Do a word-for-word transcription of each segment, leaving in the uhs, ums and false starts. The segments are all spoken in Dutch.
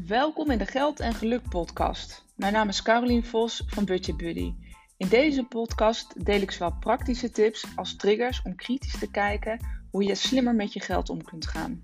Welkom in de Geld en Geluk podcast. Mijn naam is Carolien Vos van Budget Buddy. In deze podcast deel ik zowel praktische tips als triggers om kritisch te kijken hoe je slimmer met je geld om kunt gaan.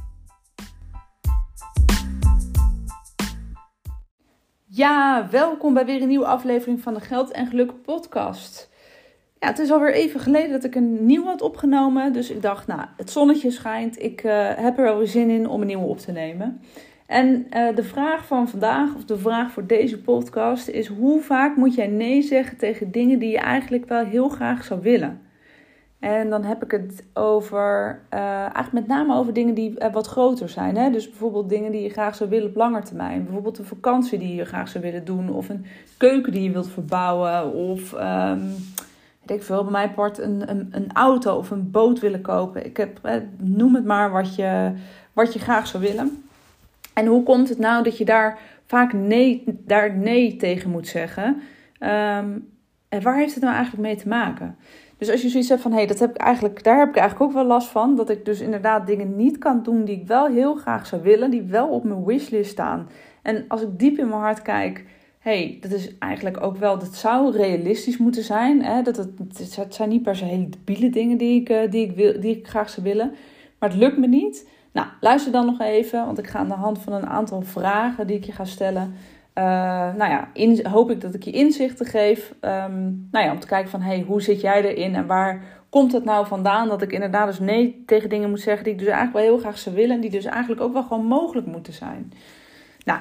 Ja, welkom bij weer een nieuwe aflevering van de Geld en Geluk podcast. Ja, het is alweer even geleden dat ik een nieuwe had opgenomen. Dus ik dacht, nou, het zonnetje schijnt. Ik uh, heb er wel weer zin in om een nieuwe op te nemen. En uh, de vraag van vandaag, of de vraag voor deze podcast, is: hoe vaak moet jij nee zeggen tegen dingen die je eigenlijk wel heel graag zou willen? En dan heb ik het over, uh, eigenlijk met name over dingen die uh, wat groter zijn. Hè? Dus bijvoorbeeld dingen die je graag zou willen op lange termijn. Bijvoorbeeld een vakantie die je graag zou willen doen. Of een keuken die je wilt verbouwen. Of um, weet ik veel, bij mijn part een, een, een auto of een boot willen kopen. Ik heb, eh, noem het maar wat je, wat je graag zou willen. En hoe komt het nou dat je daar vaak nee, daar nee tegen moet zeggen? Um, en waar heeft het nou eigenlijk mee te maken? Dus als je zoiets hebt van, hé, hey, dat heb ik eigenlijk, daar heb ik eigenlijk ook wel last van. Dat ik dus inderdaad dingen niet kan doen die ik wel heel graag zou willen. Die wel op mijn wishlist staan. En als ik diep in mijn hart kijk, hé, hey, dat is eigenlijk ook wel, dat zou realistisch moeten zijn. Hè? Dat het, het zijn niet per se hele debiele dingen die ik, die, ik wil, die ik graag zou willen. Maar het lukt me niet. Nou, luister dan nog even, want ik ga aan de hand van een aantal vragen die ik je ga stellen. Uh, nou ja, in, hoop ik dat ik je inzichten geef. Um, nou ja, om te kijken van, hey, hoe zit jij erin en waar komt het nou vandaan dat ik inderdaad dus nee tegen dingen moet zeggen die ik dus eigenlijk wel heel graag zou willen en die dus eigenlijk ook wel gewoon mogelijk moeten zijn. Nou,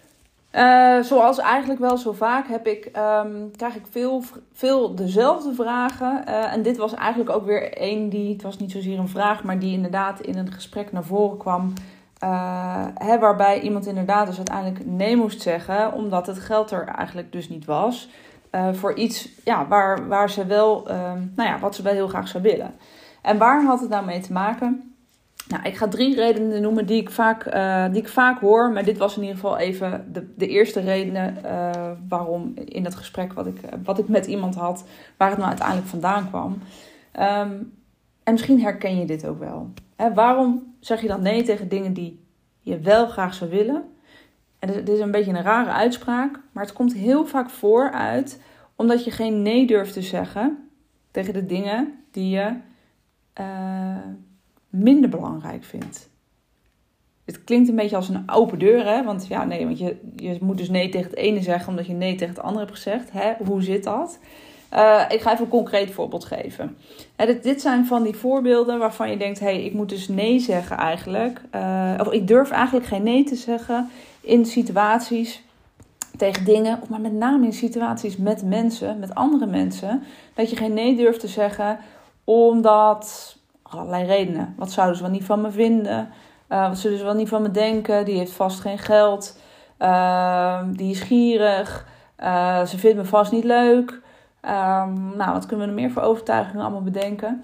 uh, zoals eigenlijk wel zo vaak heb ik, um, krijg ik veel, veel dezelfde vragen. Uh, en dit was eigenlijk ook weer één die, het was niet zozeer een vraag, maar die inderdaad in een gesprek naar voren kwam. Uh, hè, waarbij iemand inderdaad dus uiteindelijk nee moest zeggen, omdat het geld er eigenlijk dus niet was. Uh, voor iets ja, waar, waar ze wel, uh, nou ja, wat ze wel heel graag zou willen. En waar had het nou mee te maken? Nou, ik ga drie redenen noemen die ik vaak, uh, die ik vaak hoor. Maar dit was in ieder geval even de, de eerste redenen uh, waarom in dat gesprek wat ik, wat ik met iemand had, waar het nou uiteindelijk vandaan kwam. Um, en misschien herken je dit ook wel. Hè, waarom zeg je dan nee tegen dingen die je wel graag zou willen? En dit is een beetje een rare uitspraak, maar het komt heel vaak vooruit omdat je geen nee durft te zeggen tegen de dingen die je uh, minder belangrijk vindt. Het klinkt een beetje als een open deur, hè? Want ja, nee, want je, je moet dus nee tegen het ene zeggen omdat je nee tegen het andere hebt gezegd. Hè? Hoe zit dat? Uh, ik ga even een concreet voorbeeld geven. Hè, dit, dit zijn van die voorbeelden waarvan je denkt, hé, hey, ik moet dus nee zeggen eigenlijk. Uh, of ik durf eigenlijk geen nee te zeggen in situaties tegen dingen, of maar met name in situaties met mensen, met andere mensen, dat je geen nee durft te zeggen omdat allerlei redenen. Wat zouden ze wel niet van me vinden? Uh, wat zullen ze wel niet van me denken? Die heeft vast geen geld. Uh, die is gierig. Uh, ze vindt me vast niet leuk. Um, nou, wat kunnen we er meer voor overtuigingen allemaal bedenken?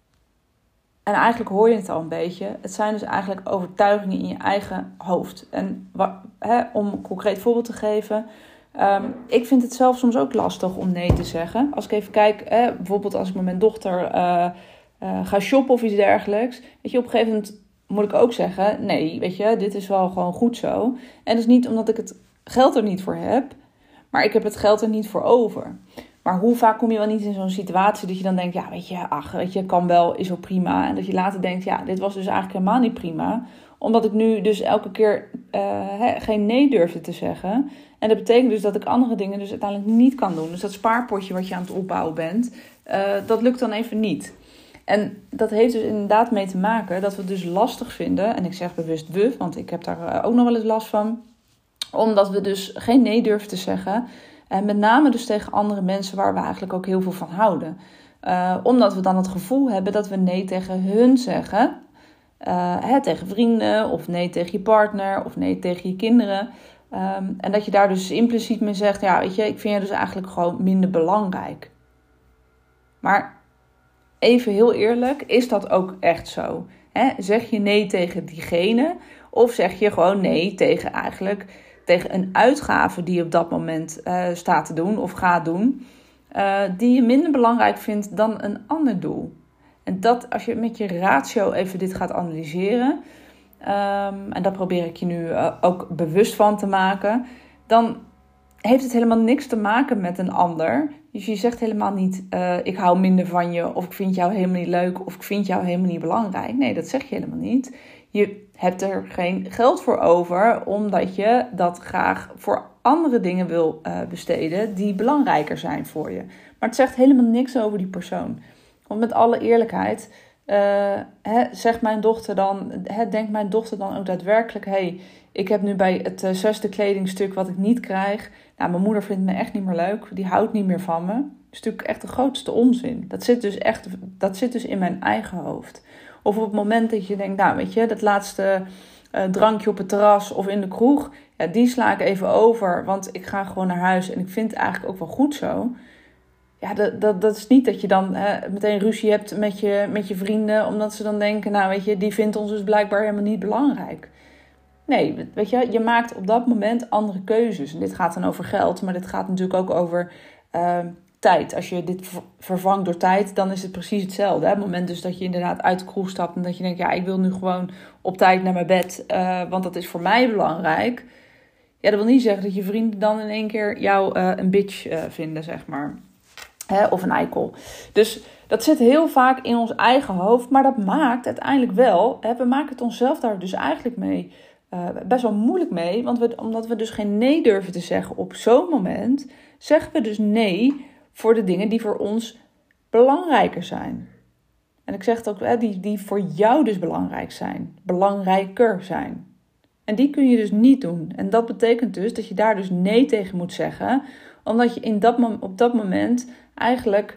En eigenlijk hoor je het al een beetje. Het zijn dus eigenlijk overtuigingen in je eigen hoofd. En wa- hè, om een concreet voorbeeld te geven. Um, ik vind het zelf soms ook lastig om nee te zeggen. Als ik even kijk, hè, bijvoorbeeld als ik met mijn dochter uh, uh, ga shoppen of iets dergelijks. Weet je, op een gegeven moment moet ik ook zeggen, nee, weet je, dit is wel gewoon goed zo. En dat is niet omdat ik het geld er niet voor heb, maar ik heb het geld er niet voor over. Maar hoe vaak kom je wel niet in zo'n situatie dat je dan denkt, ja, weet je, ach, weet je, kan wel, is ook prima. En dat je later denkt, ja, dit was dus eigenlijk helemaal niet prima. Omdat ik nu dus elke keer uh, he, geen nee durfde te zeggen. En dat betekent dus dat ik andere dingen dus uiteindelijk niet kan doen. Dus dat spaarpotje wat je aan het opbouwen bent, uh, dat lukt dan even niet. En dat heeft dus inderdaad mee te maken dat we het dus lastig vinden. En ik zeg bewust we, want ik heb daar ook nog wel eens last van. Omdat we dus geen nee durven te zeggen. En met name dus tegen andere mensen waar we eigenlijk ook heel veel van houden. Uh, omdat we dan het gevoel hebben dat we nee tegen hun zeggen. Uh, hè, tegen vrienden of nee tegen je partner of nee tegen je kinderen. Um, en dat je daar dus impliciet mee zegt, ja, weet je, ik vind je dus eigenlijk gewoon minder belangrijk. Maar even heel eerlijk, is dat ook echt zo? Hè? Zeg je nee tegen diegene of zeg je gewoon nee tegen eigenlijk tegen een uitgave die je op dat moment uh, staat te doen of gaat doen, uh, die je minder belangrijk vindt dan een ander doel? En dat, als je met je ratio even dit gaat analyseren, Um, en daar probeer ik je nu uh, ook bewust van te maken. Dan heeft het helemaal niks te maken met een ander. Dus je zegt helemaal niet, uh, ik hou minder van je, of ik vind jou helemaal niet leuk, of ik vind jou helemaal niet belangrijk. Nee, dat zeg je helemaal niet. Je hebt er geen geld voor over, omdat je dat graag voor andere dingen wil uh, besteden die belangrijker zijn voor je. Maar het zegt helemaal niks over die persoon. Want met alle eerlijkheid, uh, hè, zegt mijn dochter dan, hè, denkt mijn dochter dan ook daadwerkelijk, hey, ik heb nu bij het uh, zesde kledingstuk wat ik niet krijg. Nou, mijn moeder vindt me echt niet meer leuk. Die houdt niet meer van me. Dat is natuurlijk echt de grootste onzin. Dat zit dus echt, dat zit dus in mijn eigen hoofd. Of op het moment dat je denkt, nou weet je, dat laatste uh, drankje op het terras of in de kroeg, ja, die sla ik even over, want ik ga gewoon naar huis en ik vind het eigenlijk ook wel goed zo. Ja, dat, dat, dat is niet dat je dan hè, meteen ruzie hebt met je, met je vrienden, omdat ze dan denken, nou weet je, die vindt ons dus blijkbaar helemaal niet belangrijk. Nee, weet je, je maakt op dat moment andere keuzes. En dit gaat dan over geld, maar dit gaat natuurlijk ook over uh, tijd. Als je dit vervangt door tijd, dan is het precies hetzelfde. Hè? Op het moment dus dat je inderdaad uit de kroeg stapt en dat je denkt, ja, ik wil nu gewoon op tijd naar mijn bed, uh, want dat is voor mij belangrijk. Ja, dat wil niet zeggen dat je vrienden dan in één keer jou uh, een bitch uh, vinden, zeg maar. Hè? Of een eikel. Dus dat zit heel vaak in ons eigen hoofd, maar dat maakt uiteindelijk wel, hè, we maken het onszelf daar dus eigenlijk mee Uh, best wel moeilijk mee, want we, omdat we dus geen nee durven te zeggen op zo'n moment, zeggen we dus nee voor de dingen die voor ons belangrijker zijn. En ik zeg het ook, hè, die, die voor jou dus belangrijk zijn, belangrijker zijn. En die kun je dus niet doen. En dat betekent dus dat je daar dus nee tegen moet zeggen, omdat je in dat, op dat moment eigenlijk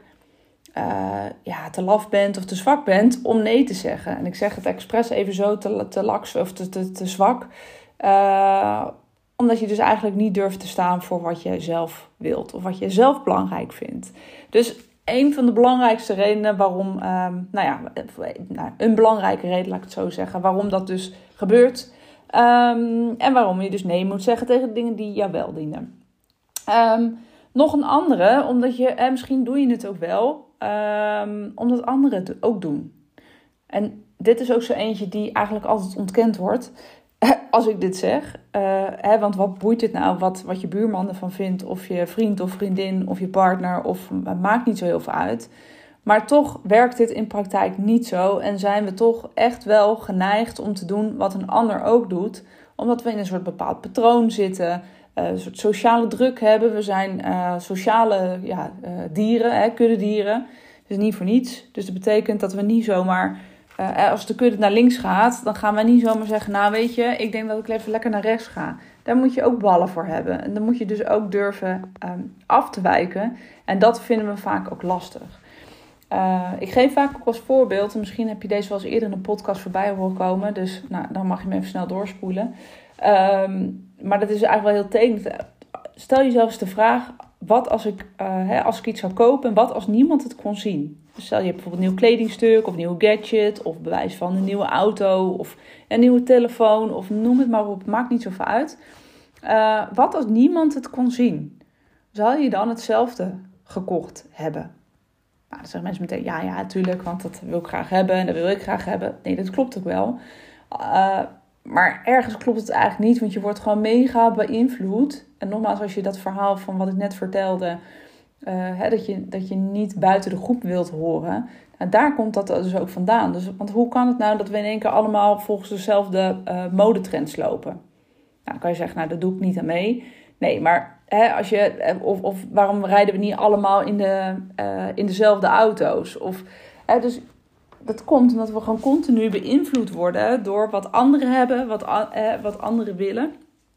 Uh, ja, te laf bent of te zwak bent om nee te zeggen. En ik zeg het expres even zo te, te laks of te, te, te zwak. Uh, omdat je dus eigenlijk niet durft te staan voor wat je zelf wilt. Of wat je zelf belangrijk vindt. Dus een van de belangrijkste redenen waarom... Um, nou ja, nou, een belangrijke reden, laat ik het zo zeggen. Waarom dat dus gebeurt. Um, en waarom je dus nee moet zeggen tegen dingen die jou wel dienen. Um, nog een andere, omdat je... Eh, misschien doe je het ook wel... Um, omdat anderen het ook doen. En dit is ook zo eentje die eigenlijk altijd ontkend wordt. Als ik dit zeg. Uh, hè, want wat boeit het nou wat, wat je buurman ervan vindt. Of je vriend of vriendin of je partner. Of het maakt niet zo heel veel uit. Maar toch werkt dit in praktijk niet zo. En zijn we toch echt wel geneigd om te doen wat een ander ook doet. Omdat we in een soort bepaald patroon zitten. Uh, een soort sociale druk hebben. We zijn uh, sociale ja, uh, dieren, hè, kuddedieren. Dus niet voor niets. Dus dat betekent dat we niet zomaar... Uh, als de kudde naar links gaat, dan gaan wij niet zomaar zeggen... Nou weet je, ik denk dat ik even lekker naar rechts ga. Daar moet je ook ballen voor hebben. En dan moet je dus ook durven um, af te wijken. En dat vinden we vaak ook lastig. Uh, ik geef vaak ook als voorbeeld... En misschien heb je deze wel eens eerder in een podcast voorbij horen komen. Dus nou, dan mag je me even snel doorspoelen. Um, maar dat is eigenlijk wel heel tekenend. Stel jezelf eens de vraag... Wat als ik, uh, hè, als ik iets zou kopen... En wat als niemand het kon zien? Dus stel je hebt bijvoorbeeld een nieuw kledingstuk... Of een nieuw gadget... Of bewijs van een nieuwe auto... Of een nieuwe telefoon... Of noem het maar op. Maakt niet zoveel uit. Uh, wat als niemand het kon zien? Zou je dan hetzelfde gekocht hebben? Nou, dan zeggen mensen meteen... Ja, ja, natuurlijk. Want dat wil ik graag hebben. En dat wil ik graag hebben. Nee, dat klopt ook wel. Uh, maar ergens klopt het eigenlijk niet. Want je wordt gewoon mega beïnvloed. En nogmaals, als je dat verhaal van wat ik net vertelde... Uh, hè, dat, je, dat je niet buiten de groep wilt horen... Nou, daar komt dat dus ook vandaan. Dus, want hoe kan het nou dat we in één keer allemaal... volgens dezelfde uh, modetrends lopen? Nou, dan kan je zeggen, nou, dat doe ik niet aan mee. Nee, maar hè, als je... Of, of waarom rijden we niet allemaal in, de, uh, in dezelfde auto's? Of, hè, dus dat komt omdat we gewoon continu beïnvloed worden... door wat anderen hebben, wat, uh, wat anderen willen...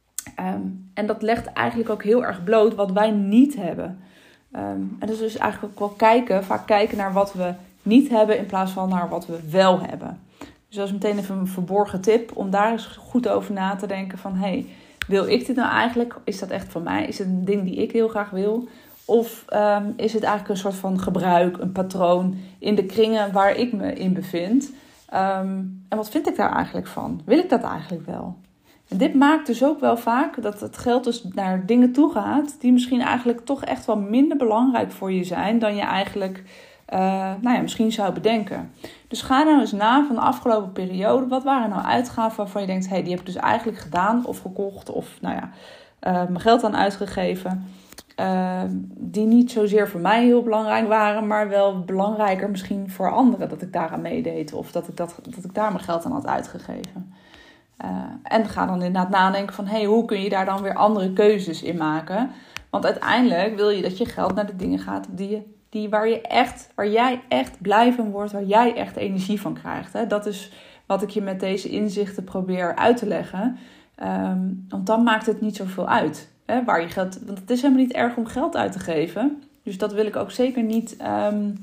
Um, en dat legt eigenlijk ook heel erg bloot wat wij niet hebben. Um, en dus, dus eigenlijk ook wel kijken, vaak kijken naar wat we niet hebben in plaats van naar wat we wel hebben. Dus dat is meteen even een verborgen tip om daar eens goed over na te denken van... Hey, wil ik dit nou eigenlijk? Is dat echt van mij? Is het een ding die ik heel graag wil? Of um, is het eigenlijk een soort van gebruik, een patroon in de kringen waar ik me in bevind? Um, en wat vind ik daar eigenlijk van? Wil ik dat eigenlijk wel? En dit maakt dus ook wel vaak dat het geld dus naar dingen toe gaat... die misschien eigenlijk toch echt wel minder belangrijk voor je zijn... dan je eigenlijk uh, nou ja, misschien zou bedenken. Dus ga nou eens na van de afgelopen periode. Wat waren nou uitgaven waarvan je denkt, hé, hey, die heb ik dus eigenlijk gedaan of gekocht of nou ja, uh, mijn geld aan uitgegeven. Uh, die niet zozeer voor mij heel belangrijk waren, maar wel belangrijker misschien voor anderen dat ik daaraan meedeed. Of dat ik, dat, dat ik daar mijn geld aan had uitgegeven. Uh, en ga dan inderdaad nadenken van, hé, hey, hoe kun je daar dan weer andere keuzes in maken? Want uiteindelijk wil je dat je geld naar de dingen gaat die je, die waar, je echt, waar jij echt blij van wordt, waar jij echt energie van krijgt. Hè? Dat is wat ik je met deze inzichten probeer uit te leggen. Um, want dan maakt het niet zoveel uit. Hè, waar je geld, want het is helemaal niet erg om geld uit te geven. Dus dat wil ik ook zeker niet. Um,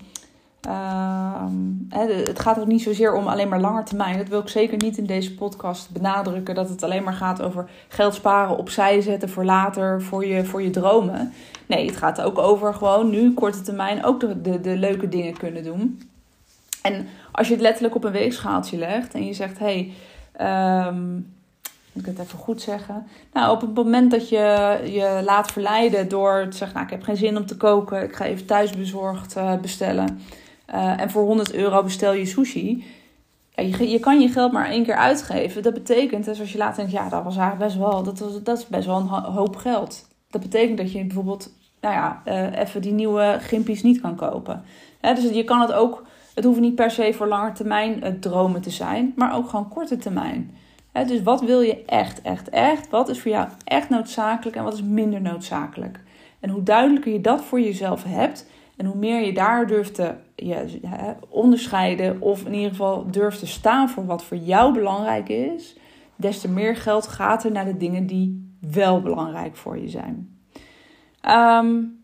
um, hè, het gaat ook niet zozeer om alleen maar lange termijn. Dat wil ik zeker niet in deze podcast benadrukken. Dat het alleen maar gaat over geld sparen, opzij zetten voor later, voor je, voor je dromen. Nee, het gaat ook over gewoon nu, korte termijn, ook de, de, de leuke dingen kunnen doen. En als je het letterlijk op een weegschaaltje legt en je zegt, hé, hey, um, moet ik het even goed zeggen? Nou, op het moment dat je je laat verleiden door te zeggen, nou, ik heb geen zin om te koken, ik ga even thuisbezorgd uh, bestellen. Uh, en voor honderd euro bestel je sushi. Ja, je, je kan je geld maar één keer uitgeven. Dat betekent, dus als je later denkt, ja, dat was eigenlijk best wel, dat, was, dat is best wel een hoop geld. Dat betekent dat je bijvoorbeeld, nou ja, uh, even die nieuwe Gimpies niet kan kopen. Hè, dus je kan het ook, het hoeft niet per se voor lange termijn uh, dromen te zijn, maar ook gewoon korte termijn. He, dus wat wil je echt, echt, echt? Wat is voor jou echt noodzakelijk en wat is minder noodzakelijk? En hoe duidelijker je dat voor jezelf hebt en hoe meer je daar durft te je, he, onderscheiden of in ieder geval durft te staan voor wat voor jou belangrijk is, des te meer geld gaat er naar de dingen die wel belangrijk voor je zijn. Um,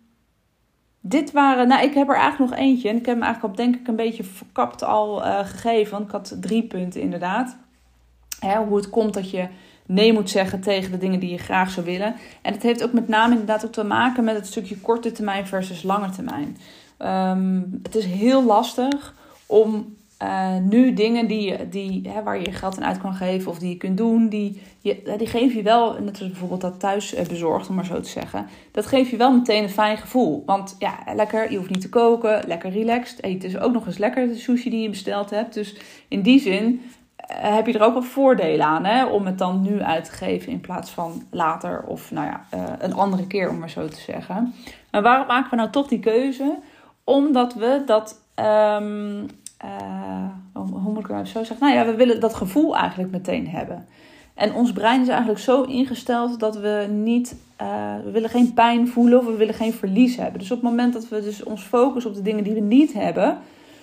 dit waren, nou ik heb er eigenlijk nog eentje en ik heb hem eigenlijk al denk ik een beetje verkapt al uh, gegeven, want ik had drie punten inderdaad. Hè, hoe het komt dat je nee moet zeggen tegen de dingen die je graag zou willen. En het heeft ook met name inderdaad ook te maken met het stukje korte termijn versus lange termijn. Um, het is heel lastig om uh, nu dingen die, die, hè, waar je je geld aan uit kan geven of die je kunt doen, die, je, die geef je wel, net als bijvoorbeeld dat thuis bezorgd, om maar zo te zeggen. Dat geeft je wel meteen een fijn gevoel. Want ja, lekker, je hoeft niet te koken, lekker relaxed. Eten is ook nog eens lekker, de sushi die je besteld hebt. Dus in die zin heb je er ook wel voordelen aan, hè, om het dan nu uit te geven in plaats van later of nou ja, uh, een andere keer, om maar zo te zeggen. Maar waarom maken we nou toch die keuze? Omdat we dat, um, uh, hoe moet ik nou zo zeggen? Nou ja, we willen dat gevoel eigenlijk meteen hebben. En ons brein is eigenlijk zo ingesteld dat we niet, uh, we willen geen pijn voelen of we willen geen verlies hebben. Dus op het moment dat we dus ons focussen op de dingen die we niet hebben,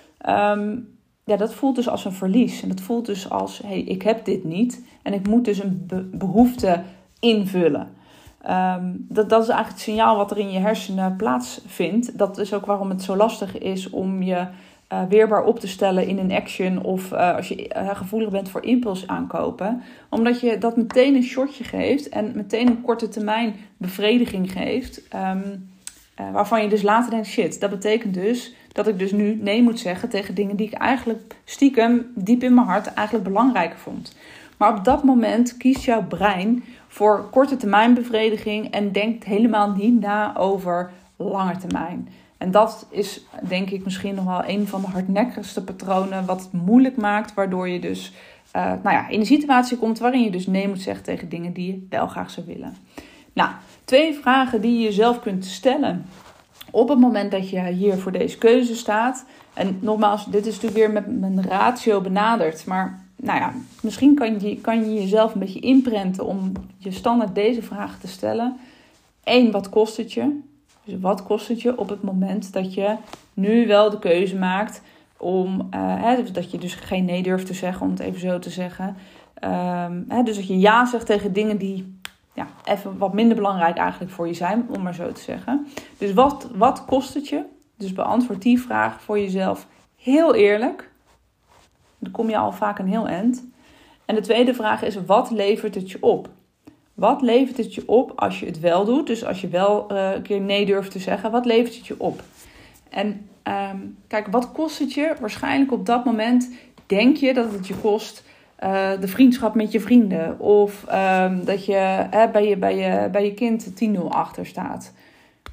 um, ja, dat voelt dus als een verlies. En dat voelt dus als, hé, hey, ik heb dit niet. En ik moet dus een be- behoefte invullen. Um, dat, dat is eigenlijk het signaal wat er in je hersenen plaatsvindt. Dat is ook waarom het zo lastig is om je uh, weerbaar op te stellen in een action. Of uh, als je uh, gevoelig bent voor impuls aankopen. Omdat je dat meteen een shotje geeft. En meteen een korte termijn bevrediging geeft. Um, uh, waarvan je dus later denkt, shit, dat betekent dus dat ik dus nu nee moet zeggen tegen dingen die ik eigenlijk stiekem diep in mijn hart eigenlijk belangrijker vond. Maar op dat moment kiest jouw brein voor korte termijn bevrediging en denkt helemaal niet na over lange termijn. En dat is denk ik misschien nog wel een van de hardnekkigste patronen wat het moeilijk maakt, waardoor je dus uh, nou ja, in een situatie komt waarin je dus nee moet zeggen tegen dingen die je wel graag zou willen. Nou, twee vragen die je jezelf kunt stellen op het moment dat je hier voor deze keuze staat. En nogmaals, dit is natuurlijk weer met mijn ratio benaderd. Maar nou ja, misschien kan je, kan je jezelf een beetje inprenten om je standaard deze vragen te stellen. Eén, wat kost het je? Dus wat kost het je op het moment dat je nu wel de keuze maakt om, uh, hè, dat je dus geen nee durft te zeggen, om het even zo te zeggen. Um, hè, dus dat je ja zegt tegen dingen die ja, even wat minder belangrijk eigenlijk voor je zijn, om maar zo te zeggen. Dus wat, wat kost het je? Dus beantwoord die vraag voor jezelf heel eerlijk. Dan kom je al vaak een heel eind. En de tweede vraag is, wat levert het je op? Wat levert het je op als je het wel doet? Dus als je wel uh, een keer nee durft te zeggen, wat levert het je op? En um, kijk, wat kost het je? Waarschijnlijk op dat moment denk je dat het je kost uh, de vriendschap met je vrienden. Of um, dat je uh, bij, je, bij, je, bij je kind tien nul achter staat.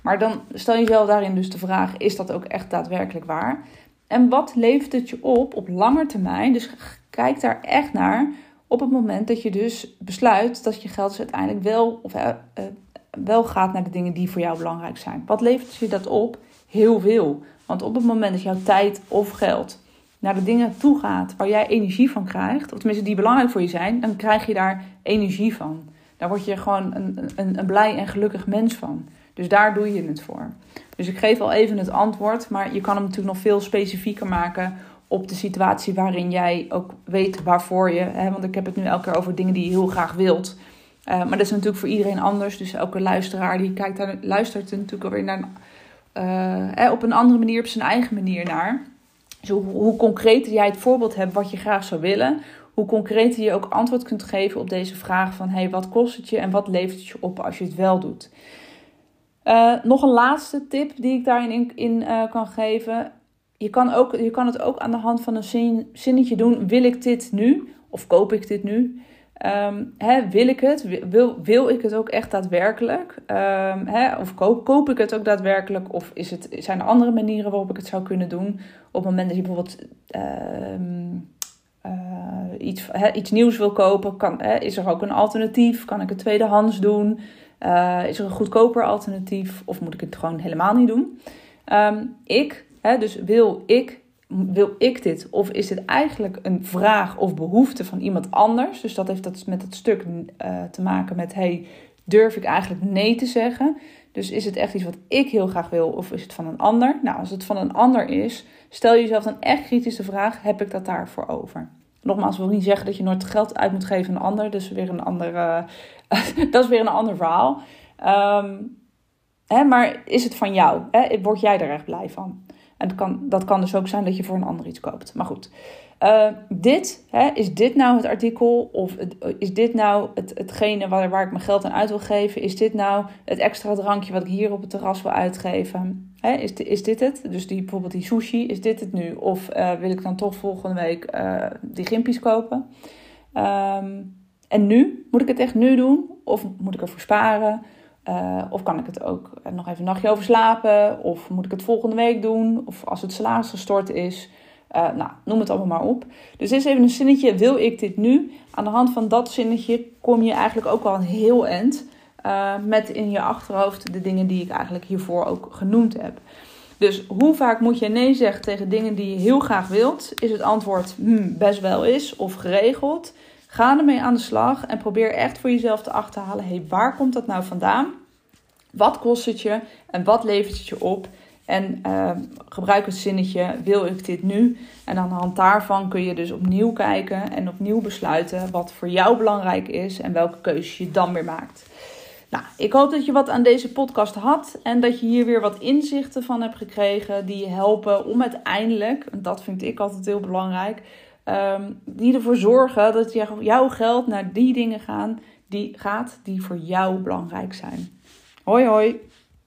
Maar dan stel jezelf daarin dus de vraag, is dat ook echt daadwerkelijk waar? En wat levert het je op op lange termijn? Dus kijk daar echt naar op het moment dat je dus besluit dat je geld dus uiteindelijk wel, of, uh, uh, wel gaat naar de dingen die voor jou belangrijk zijn. Wat levert je dat op? Heel veel. Want op het moment dat jouw tijd of geld naar de dingen toe gaat waar jij energie van krijgt, of tenminste die belangrijk voor je zijn, dan krijg je daar energie van. Daar word je gewoon een, een, een blij en gelukkig mens van. Dus daar doe je het voor. Dus ik geef al even het antwoord, maar je kan hem natuurlijk nog veel specifieker maken op de situatie waarin jij ook weet waarvoor je, hè, want ik heb het nu elke keer over dingen die je heel graag wilt. Uh, maar dat is natuurlijk voor iedereen anders. Dus elke luisteraar die kijkt daar, luistert er natuurlijk alweer naar, uh, op een andere manier, op zijn eigen manier naar. Dus hoe, hoe concreter jij het voorbeeld hebt wat je graag zou willen, hoe concreter je ook antwoord kunt geven op deze vraag van hey, wat kost het je en wat levert het je op als je het wel doet. Uh, nog een laatste tip die ik daarin in, in, uh, kan geven. Je kan, ook, je kan het ook aan de hand van een zin, zinnetje doen. Wil ik dit nu? Of koop ik dit nu? Um, hè, wil ik het? Wil, wil ik het ook echt daadwerkelijk? Um, hè, of koop, koop ik het ook daadwerkelijk? Of is het, zijn er andere manieren waarop ik het zou kunnen doen? Op het moment dat je bijvoorbeeld um, uh, iets, hè, iets nieuws wil kopen, kan, hè, is er ook een alternatief? Kan ik het tweedehands doen? Uh, is er een goedkoper alternatief? Of moet ik het gewoon helemaal niet doen? Um, ik, hè, dus wil ik... Wil ik dit? Of is dit eigenlijk een vraag of behoefte van iemand anders? Dus dat heeft dat met het stuk uh, te maken met... Hey, durf ik eigenlijk nee te zeggen? Dus is het echt iets wat ik heel graag wil? Of is het van een ander? Nou, als het van een ander is... Stel jezelf dan echt kritisch de vraag... Heb ik dat daarvoor over? Nogmaals, wil niet zeggen dat je nooit geld uit moet geven aan een ander. Dus weer een andere, uh, dat is weer een ander verhaal. Um, hè, maar is het van jou? Hè? Word jij er echt blij van? En dat kan, dat kan dus ook zijn dat je voor een ander iets koopt. Maar goed, uh, dit, hè, is dit nou het artikel? Of het, is dit nou het, hetgene waar, waar ik mijn geld aan uit wil geven? Is dit nou het extra drankje wat ik hier op het terras wil uitgeven? Hè, is, is dit het? Dus die, bijvoorbeeld die sushi, is dit het nu? Of uh, wil ik dan toch volgende week uh, die gimpies kopen? Um, en nu? Moet ik het echt nu doen? Of moet ik ervoor sparen? Uh, of kan ik het ook nog even een nachtje over slapen? Of moet ik het volgende week doen? Of als het salaris gestort is? Uh, nou, noem het allemaal maar op. Dus dit is even een zinnetje. Wil ik dit nu? Aan de hand van dat zinnetje kom je eigenlijk ook al een heel eind. Uh, met in je achterhoofd de dingen die ik eigenlijk hiervoor ook genoemd heb. Dus hoe vaak moet je nee zeggen tegen dingen die je heel graag wilt? Is het antwoord hmm, best wel is of geregeld? Ga ermee aan de slag en probeer echt voor jezelf te achterhalen. Hey, waar komt dat nou vandaan? Wat kost het je en wat levert het je op? En uh, gebruik het zinnetje, wil ik dit nu? En aan de hand daarvan kun je dus opnieuw kijken en opnieuw besluiten wat voor jou belangrijk is en welke keuzes je dan weer maakt. Nou, ik hoop dat je wat aan deze podcast had en dat je hier weer wat inzichten van hebt gekregen die je helpen om uiteindelijk, en dat vind ik altijd heel belangrijk, um, die ervoor zorgen dat jouw geld naar die dingen gaan, die gaat die voor jou belangrijk zijn. Hoi hoi!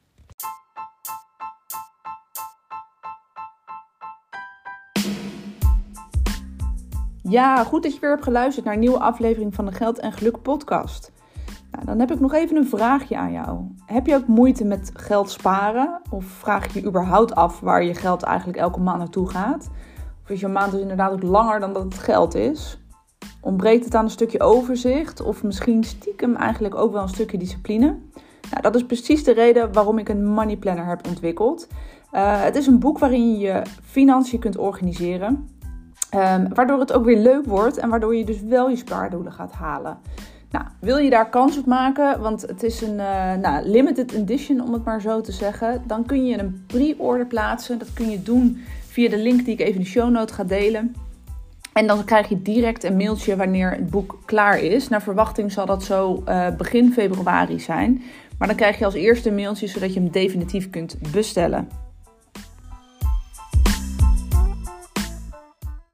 Ja, goed dat je weer hebt geluisterd naar een nieuwe aflevering van de Geld en Geluk podcast. Nou, dan heb ik nog even een vraagje aan jou. Heb je ook moeite met geld sparen? Of vraag je je überhaupt af waar je geld eigenlijk elke maand naartoe gaat? Of is je maand dus inderdaad ook langer dan dat het geld is? Ontbreekt het aan een stukje overzicht? Of misschien stiekem eigenlijk ook wel een stukje discipline? Nou, dat is precies de reden waarom ik een money planner heb ontwikkeld. Uh, het is een boek waarin je je financiën kunt organiseren. Um, waardoor het ook weer leuk wordt en waardoor je dus wel je spaardoelen gaat halen. Nou, wil je daar kans op maken, want het is een uh, nou, limited edition om het maar zo te zeggen. Dan kun je een pre-order plaatsen. Dat kun je doen via de link die ik even in de show notes ga delen. En dan krijg je direct een mailtje wanneer het boek klaar is. Naar verwachting zal dat zo uh, begin februari zijn. Maar dan krijg je als eerste een mailtje zodat je hem definitief kunt bestellen.